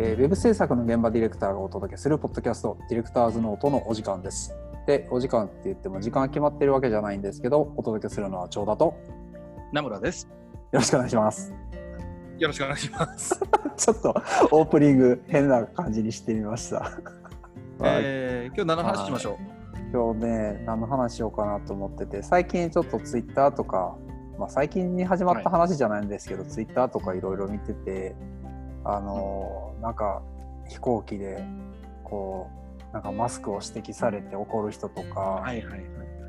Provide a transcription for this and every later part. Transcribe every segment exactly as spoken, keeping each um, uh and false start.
えー、ウェブ制作の現場ディレクターがお届けするポッドキャスト、ディレクターズノートのお時間です。で、お時間って言っても時間が決まってるわけじゃないんですけど、お届けするのは長田と名村です。 よろしくお願いします。 よろしくお願いします。 ちょっとオープニング変な感じにしてみました。 えー、今日何の話しましょう。 今日ね、何の話しようかなと思ってて、最近ちょっとツイッターとか、まあ、最近に始まった話じゃないんですけど、はい、ツイッターとかいろいろ見てて、あのー、なんか飛行機でこうなんかマスクを指摘されて怒る人とか、はいはいはいはい、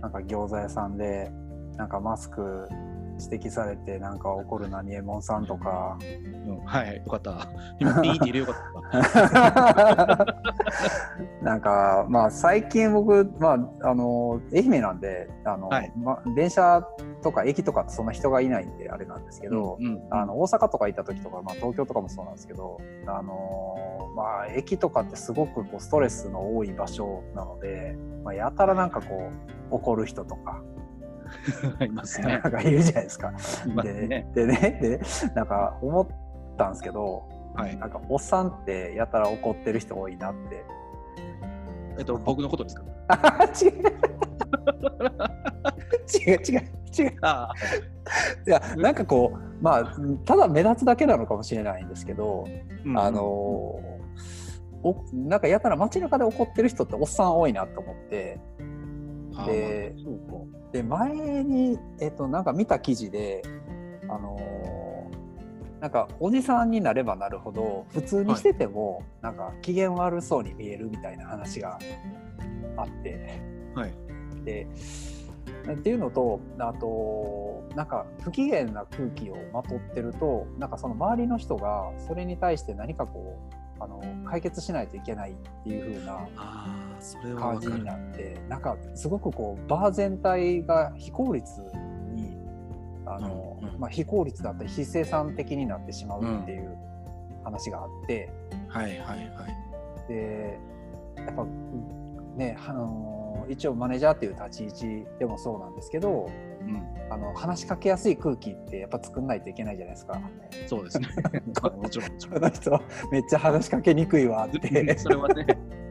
なんか餃子屋さんでなんかマスク指摘されてなんか怒る何えもんさんとか、 うん、はいよかった今ピーって入れよかったなんかまあ最近僕、まあ、あの愛媛なんであの、はいま、電車とか駅とかってそんな人がいないんであれなんですけど、うんうん、あの大阪とか行った時とか、まあ、東京とかもそうなんですけど、あのまあ、駅とかってすごくこうストレスの多い場所なので、まあ、やたらなんかこう怒る人とかいますね。 なんかいるじゃないですか。 いますね。 で、でね、でなんか思ったんですけど、はい、なんかおっさんってやたら怒ってる人多いなって。 えっと僕のことですか？ 違う違う違う違う。あいやなんかこうまあただ目立つだけなのかもしれないんですけど、うん、あのおなんかやたら街中で怒ってる人っておっさん多いなと思って。で、で前に、えっと、なんか見た記事で、あのー、なんかおじさんになればなるほど普通にしてても、はい、なんか機嫌悪そうに見えるみたいな話があって、はい、でっていうのと、あとなんか不機嫌な空気をまとってるとなんかその周りの人がそれに対して何かこうあの解決しないといけないっていう風な感じになってなんかすごくこうバー全体が非効率にあの、うんうんまあ、非効率だったり非生産的になってしまうっていう話があって、うん、はいはいはいでやっぱねあの一応マネージャーっていう立ち位置でもそうなんですけど、うん、あの話しかけやすい空気ってやっぱ作んないといけないじゃないですか。 そうですねもちろんもちろんこの人めっちゃ話しかけにくいわってそれはね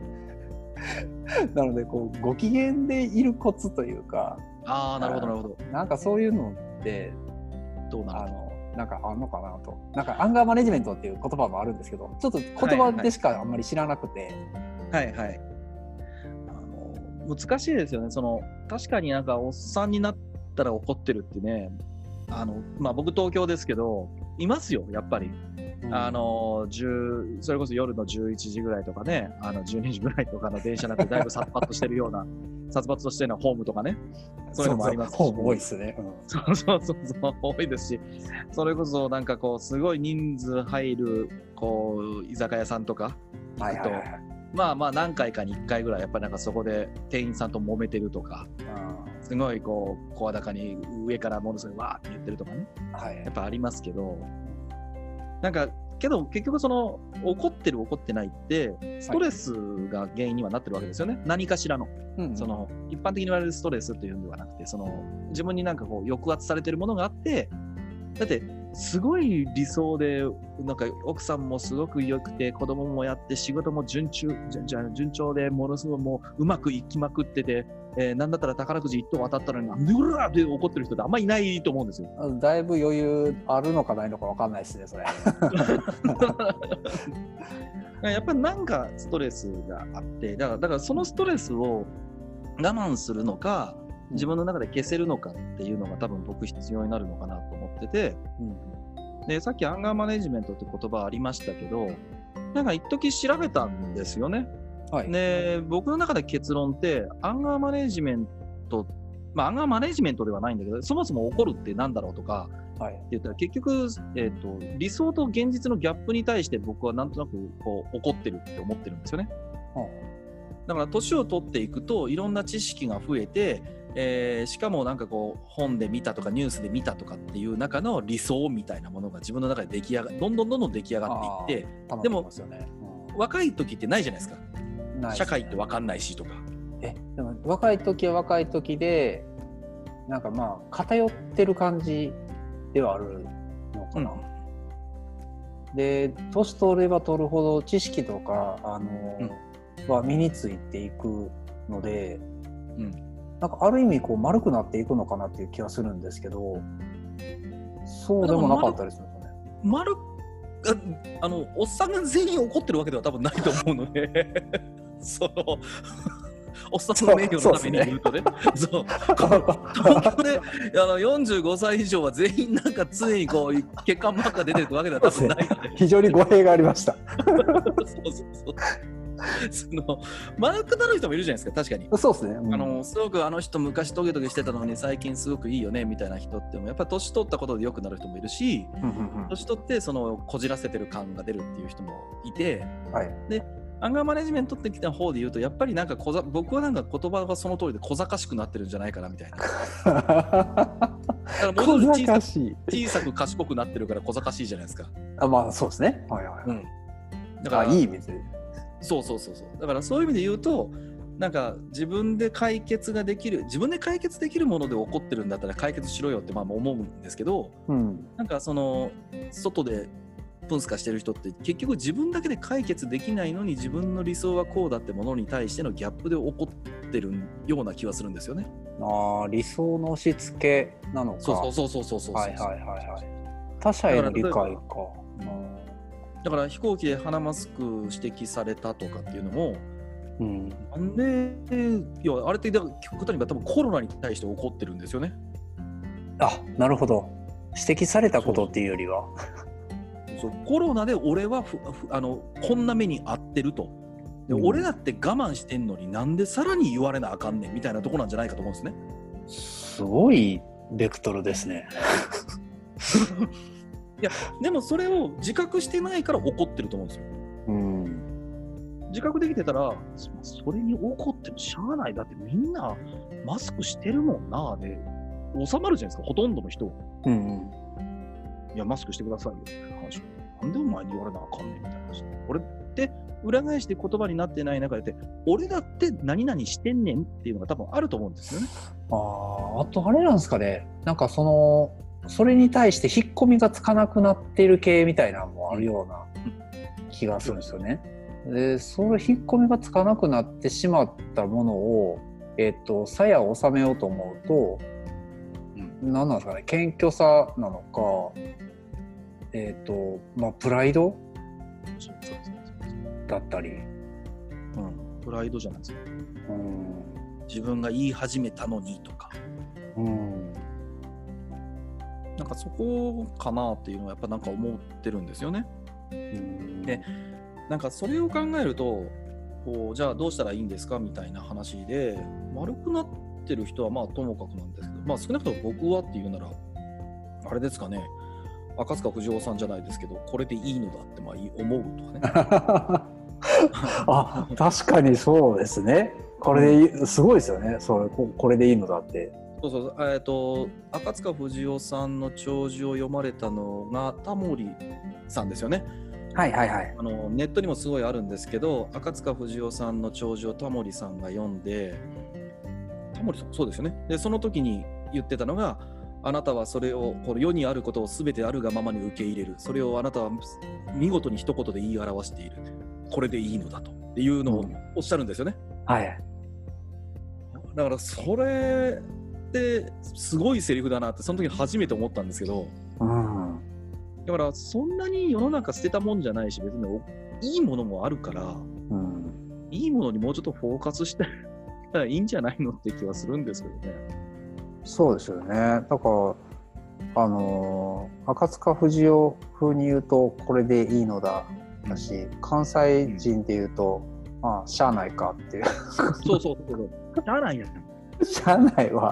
なのでこうご機嫌でいるコツというかああなるほどなるほどなんかそういうのってどうなのあのなんかあんのかなとなんかアンガーマネジメントっていう言葉もあるんですけどちょっと言葉でしかあんまり知らなくてはいはい、はいはい、あの難しいですよね。その確かになんかおっさんになったら怒ってるってねあの、まあ、僕東京ですけどいますよやっぱり、うん、あのじゅうそれこそ夜のじゅういちじぐらいとかねあのじゅうにじぐらいとかの電車なんてだいぶ殺伐としてるような殺伐としてるようなホームとかねそういうのもありますしそうそうホーム多いですね、うん、 そうそうそうそう多いですしそれこそなんかこうすごい人数入るこう居酒屋さんとか行くと、はいはいはい、まあまあ何回かにいっかいぐらいやっぱりなんかそこで店員さんと揉めてるとか、うん、すごいこう声高に上からものすごいわーって言ってるとかね、はい、やっぱありますけどなんかけど結局その怒ってる怒ってないってストレスが原因にはなってるわけですよね、はい、何かしらの、うんうん、その一般的に言われるストレスというんではなくてその自分になんかこう抑圧されてるものがあってだってすごい理想でなんか奥さんもすごく良くて子供もやって仕事も順調順調でものすごいもううまくいきまくってて、えー、なんだったら宝くじ一等当たったのになんでうらーって怒ってる人ってあんまりいないと思うんですよ。 だいぶ余裕あるのかないのか分かんないですねそれやっぱりなんかストレスがあってだからだからそのストレスを我慢するのか自分の中で消せるのかっていうのが多分僕必要になるのかなと思ってて、うん、でさっきアンガーマネジメントって言葉ありましたけどなんか一時調べたんですよね、はい、で僕の中で結論ってアンガーマネジメントまあアンガーマネジメントではないんだけどそもそも怒るってなんだろうとか、はい、って言ったら結局、えーと、理想と現実のギャップに対して僕はなんとなくこう怒ってるって思ってるんですよね、うん、だから年を取っていくといろんな知識が増えてえー、しかもなんかこう本で見たとかニュースで見たとかっていう中の理想みたいなものが自分の中で出来上がどんどんどんどん出来上がっていってでも、ねうん、若い時ってないじゃないですかないですね、社会って分かんないしとかえでも若い時は若い時でなんかまあ偏ってる感じではあるのかな、 で年取れば取るほど知識とかあの、うん、は身についていくので、うん、なんかある意味こう丸くなっていくのかなっていう気はするんですけど、そうでもなかったりするんですよね。 丸ああのおっさんが全員怒ってるわけでは多分ないと思うのでそのおっさんの名誉のために言うとね、そう東京であのよんじゅうごさい以上は全員なんか常にこう血管マーカー出てるわけでは多分ないので、 非常に語弊がありましたそうそうそうその丸くなる人もいるじゃないですか。確かにそうですね、うん、 あのすごくあの人昔トゲトゲしてたのに最近すごくいいよねみたいな人ってもやっぱり年取ったことで良くなる人もいるし、うんうんうん、年取ってそのこじらせてる感が出るっていう人もいて、はい、でアンガーマネジメントってきた方で言うとやっぱりなんかこざ僕はなんか言葉がその通りで小賢しくなってるんじゃないかなみたいなだからもうちょっと小さく、小さく賢くなってるから小賢しいじゃないですか。 あ、まあそうですね、はいはいはい、うん、 だからいい意味でそうそうそうそうだからそういう意味で言うとなんか自分で解決ができる自分で解決できるもので起こってるんだったら解決しろよってまあ思うんですけど、うん、なんかその外でプンスカしてる人って結局自分だけで解決できないのに自分の理想はこうだってものに対してのギャップで起こってるような気はするんですよね。 ああ、理想の押し付けなのか。 そうそうそうそうそうそうはいはいはいはい。他者への理解か。 だから飛行機で鼻マスク指摘されたとかっていうのも、うん、なんでいやあれってだから極端に言えば多分コロナに対して起こってるんですよね。 あ、なるほど。指摘されたことっていうよりは。 そうコロナで俺はふふあのこんな目に遭ってるとで、うん、俺だって我慢してんのになんでさらに言われなあかんねんみたいなとこなんじゃないかと思うんですね。 すごいベクトルですねいやでもそれを自覚してないから怒ってると思うんですよ、うん、自覚できてたらそれに怒ってもしゃあないだってみんなマスクしてるもんなで収まるじゃないですかほとんどの人、うんうんいやマスクしてくださいよみたいな話なんでお前に言われなあかんねんみたいな話俺って裏返して言葉になってない中で俺だって何々してんねんっていうのが多分あると思うんですよね。 ああとあれなんですかねなんかそのそれに対して引っ込みがつかなくなってる系みたいなのもあるような気がするんですよね。でそれ引っ込みがつかなくなってしまったものをえっと鞘を収めようと思うと、うん、何なんですかね謙虚さなのかえーとまあ、プライドだったり、 うん、プライドじゃないですか、うん、自分が言い始めたのにとか、うん、なんかそこかなっていうのはやっぱなんか思ってるんですよね、うん、でなんかそれを考えるとこうじゃあどうしたらいいんですかみたいな話で丸くなってる人はまあともかくなんですけど、まあ、少なくとも僕はっていうならあれですかね赤塚不二夫さんじゃないですけどこれでいいのだってまあ思うとかねあ確かにそうですねこれですごいですよねそれ こ, これでいいのだってそうそうえーと赤塚不二夫さんの弔辞を読まれたのがタモリさんですよね。 はいはいはいあのネットにもすごいあるんですけど赤塚不二夫さんの弔辞をタモリさんが読んでタモリさんそうですよねでその時に言ってたのがあなたはそれをこの世にあることを全てあるがままに受け入れるそれをあなたは見事に一言で言い表しているこれでいいのだとっていうのをおっしゃるんですよね、うん、はいだからそれってすごいセリフだなってその時初めて思ったんですけど、うん、だからそんなに世の中捨てたもんじゃないし別にいいものもあるから、うん、いいものにもうちょっとフォーカスしたらいいんじゃないのって気はするんですけどね。 そうですよね。だからあの赤塚不二夫風に言うとこれでいいのだだし、うん、関西人で言うと、うん、まあしゃあないかっていうそうそうそうそうしゃあないやんしゃあないわ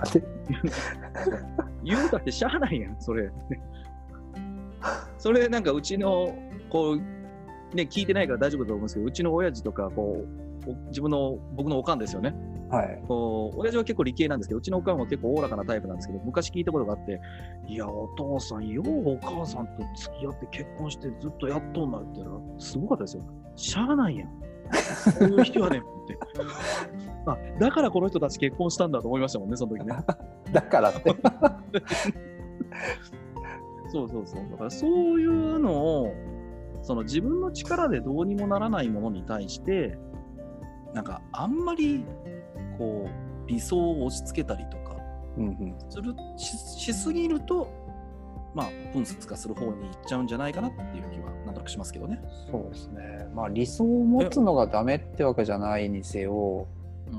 言うたってしゃあないやんそれそれなんかうちのこうね聞いてないから大丈夫だと思うんですけどうちの親父とかこう自分の僕のおかんですよねはい、こう親父は結構理系なんですけどうちのおかんは結構おおらかなタイプなんですけど昔聞いたことがあっていやお父さんようお母さんと付き合って結婚してずっとやっとんなって言ったらすごかったですよしゃあないやんこういう人はねってあだからこの人たち結婚したんだと思いましたもんねその時ねだからってそうそうそうだからそういうのをその自分の力でどうにもならないものに対してなんかあんまりこう理想を押し付けたりとかする、うんうん、し, しすぎるとまあ分節化する方に行っちゃうんじゃないかなっていう気はなんとなくしますけどね。 そうですね。まあ理想を持つのがダメってわけじゃないにせよ、うんうん、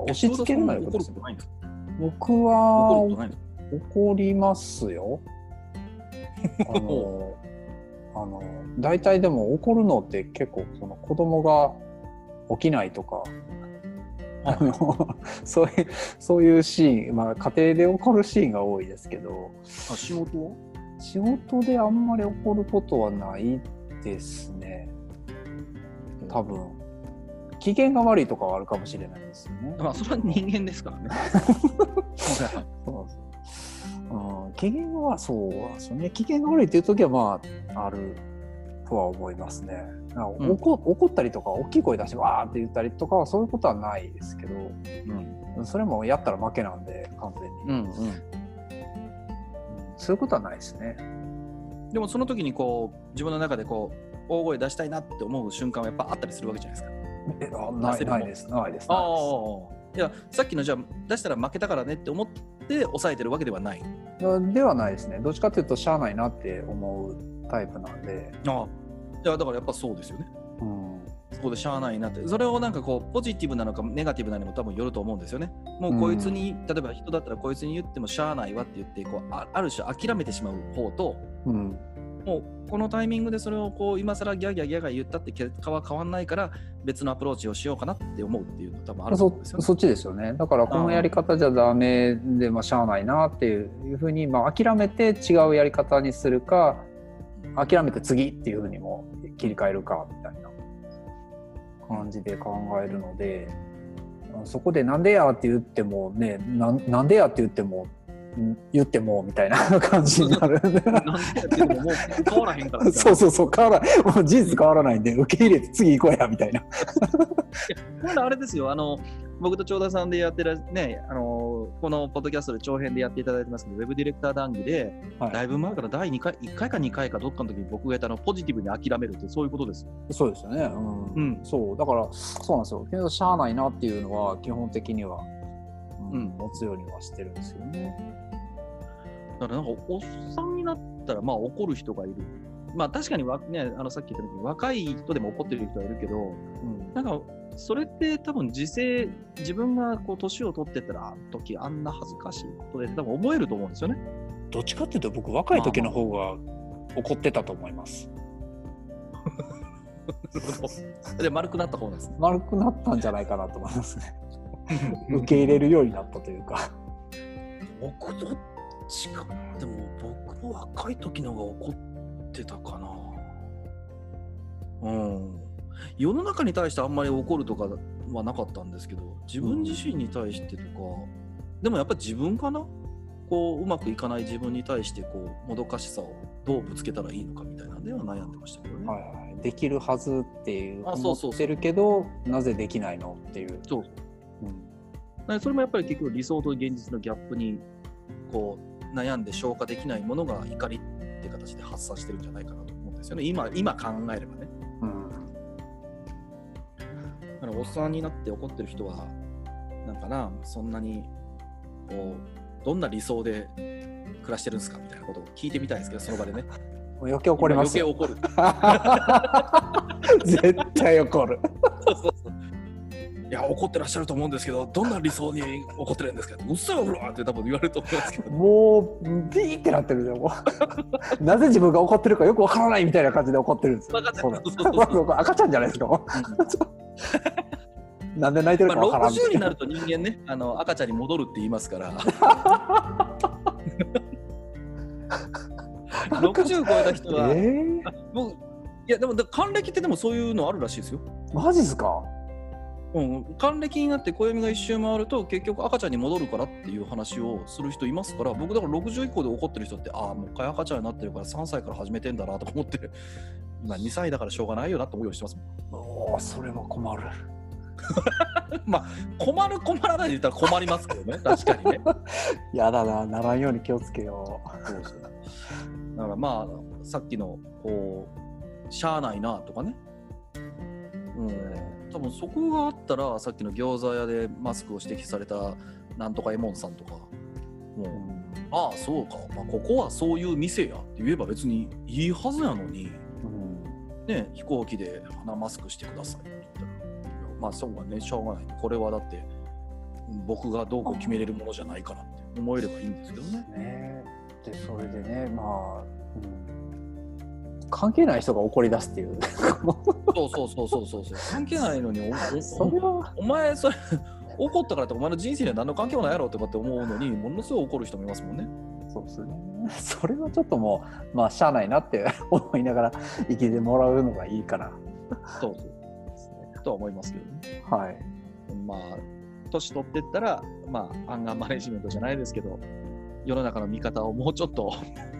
押し付けるのはよくないです。僕は怒りますよ。あのあの大体でも怒るのって結構その子供が起きないとかあのそういうそういうシーン、まあ、家庭で起こるシーンが多いですけど、 あ仕事は仕事であんまり起こることはないですね。多分機嫌が悪いとかはあるかもしれないですよね。 まあそれは人間ですからね。 そうなんですよ。うん、機嫌はそうですね。機嫌が悪いっていう時はまああるとは思いますね。なんか 怒, 怒ったりとか大きい声出してわーって言ったりとかはそういうことはないですけど、うん、それもやったら負けなんで完全に、うんうん、そういうことはないですね。 でもその時にこう自分の中でこう大声出したいなって思う瞬間はやっぱあったりするわけじゃないですか。 えあないないですないです。 あいやさっきのじゃあ出したら負けたからねって思って抑えてるわけではない。 ではないですね。どっちかというとしゃあないなって思うタイプなんで。 ああいやだからやっぱそうですよね。うん、そこでしゃあないなってそれをなんかこうポジティブなのかネガティブなのも多分よると思うんですよね。もうこいつに、うん、例えば人だったらこいつに言ってもしゃあないわって言ってこう あ, ある種諦めてしまう方と、うん、もうこのタイミングでそれをこう今更ギャギャギャが言ったって結果は変わんないから別のアプローチをしようかなって思うっていうの多分あると思うんですよね。 そ, そっちですよね。だからこのやり方じゃダメで、まあ、しゃあないなっていうふうに、まあ、諦めて違うやり方にするか諦めて次っていうふうにも切り替えるかみたいな感じで考えるので、そこでなんでやって言ってもね な, なんでやって言っても言ってもみたいな感じになるんでなんでやって言ってももう変わらへんからそうそうそう変わらないもう事実変わらないんで受け入れて次行こうやみたいなまだあれですよあの僕と長田さんでやってるねあのこのポッドキャストで長編でやっていただいてますけどウェブディレクター談義で、はい、だいぶ前からだいにかいいっかいかにかいかどっかの時に僕がやったのポジティブに諦めるってそういうことですよ。 そうですよね、うんうん、そうだからそうなんですよ。けどしゃあないなっていうのは基本的には、うん、持つようにはしてるんですよね。 だからなんかおっさんになったらまあ怒る人がいる。まあ確かにわ、ね、あのさっき言ったように若い人でも怒ってる人はいるけど、うん、なんかそれって多分自制自分がこう年を取ってたら時あんな恥ずかしいことで多分思えると思うんですよね。 どっちかっていうと僕若い時の方が怒ってたと思います。 で丸くなった方ですね。 丸くなったんじゃないかなと思いますね。受け入れるようになったというか。 僕どっちかな。でも僕も若い時の方が怒ってたかな。うん。世の中に対してあんまり怒るとかはなかったんですけど、自分自身に対してとか、うん、でもやっぱ自分かな。こううまくいかない自分に対してこうもどかしさをどうぶつけたらいいのかみたいなんでは悩んでましたけどね。 はいはい、できるはずっていう思ってるけどなぜできないのっていう。 そう、うん、それもやっぱり結局理想と現実のギャップにこう悩んで消化できないものが怒りって形で発散してるんじゃないかなと思うんですよね。今今考えればね。うん、だからおっさんになって怒ってる人はなんかなそんなにこうどんな理想で暮らしてるんですかみたいなことを聞いてみたいですけど、その場でね。 余計怒りますよ。 余計怒る。 絶対怒る。 そうそうそう。いや怒ってらっしゃると思うんですけど、どんな理想に怒ってるんですか。うっそよほらって多分言われると思いますけど。 もうビーってなってるじゃん。もうなぜ自分が怒ってるかよくわからないみたいな感じで怒ってるんですよ。赤ちゃんじゃないですか。なんで泣いてるか分からん、 まあ、ろくじゅうになると人間ねあの赤ちゃんに戻るって言いますからろくじゅう超えた人は、えー、もういやでも還暦ってでもそういうのあるらしいですよ。 マジっすか。 うん、還暦になって暦が一周回ると結局赤ちゃんに戻るからっていう話をする人いますから、僕だからろくじゅう以降で怒ってる人ってああもう一回赤ちゃんになってるからさんさいから始めてんだなとか思って今にさいだからしょうがないよなと思うようにしてますもん。 おーそれは困る。 まあ困る困らないで言ったら困りますけどね確かにね。 やだな、ならんように気をつけよう。そうそうだからまあさっきのこうしゃあないなとかね、うん、多分そこがあったらさっきの餃子屋でマスクを指摘されたなんとかエモンさんとかもう、うん、ああそうか、まあ、ここはそういう店やって言えば別にいいはずやのに、うんね、飛行機で鼻マスクしてくださいって言ったら、まあそうはねしょうがない、これはだって僕がどうこう決めれるものじゃないからって思えればいいんですけどね。 ねでそれでねまあ、うん、関係ない人が怒り出すっていうそうそうそうそうそうそう関係ないのに お, お, それはお前それ怒ったからってお前の人生には何の関係もないやろとかって思うのにものすごい怒る人もいますもんね。 そうですね。それはちょっともうまあしゃあないなって思いながら生きてもらうのがいいかな。 そうそうとは思いますけどね。 はい。 まあ年取ってったらまあアンガーマネジメントじゃないですけど世の中の見方をもうちょっと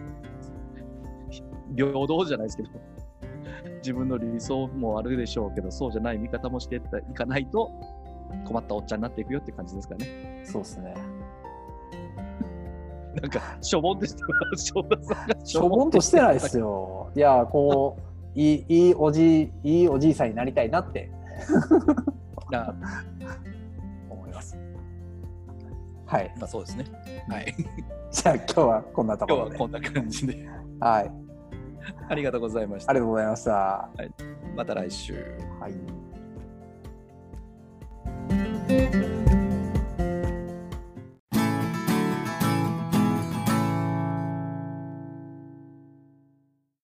平等じゃないですけど自分の理想もあるでしょうけどそうじゃない見方もしていかないと困ったおっちゃんになっていくよって感じですかね。 そうですね。 なんかしょぼんとして翔太さんがしょぼんとしてないですよ。いやこういいいいおじいいおじいさんになりたいなって思います。はい。 まあそうですね。はい。 じゃあ今日はこんなところで。 今日はこんな感じで。 はい。 ありがとうございました。 ありがとうございました。はい。また来週。 はい。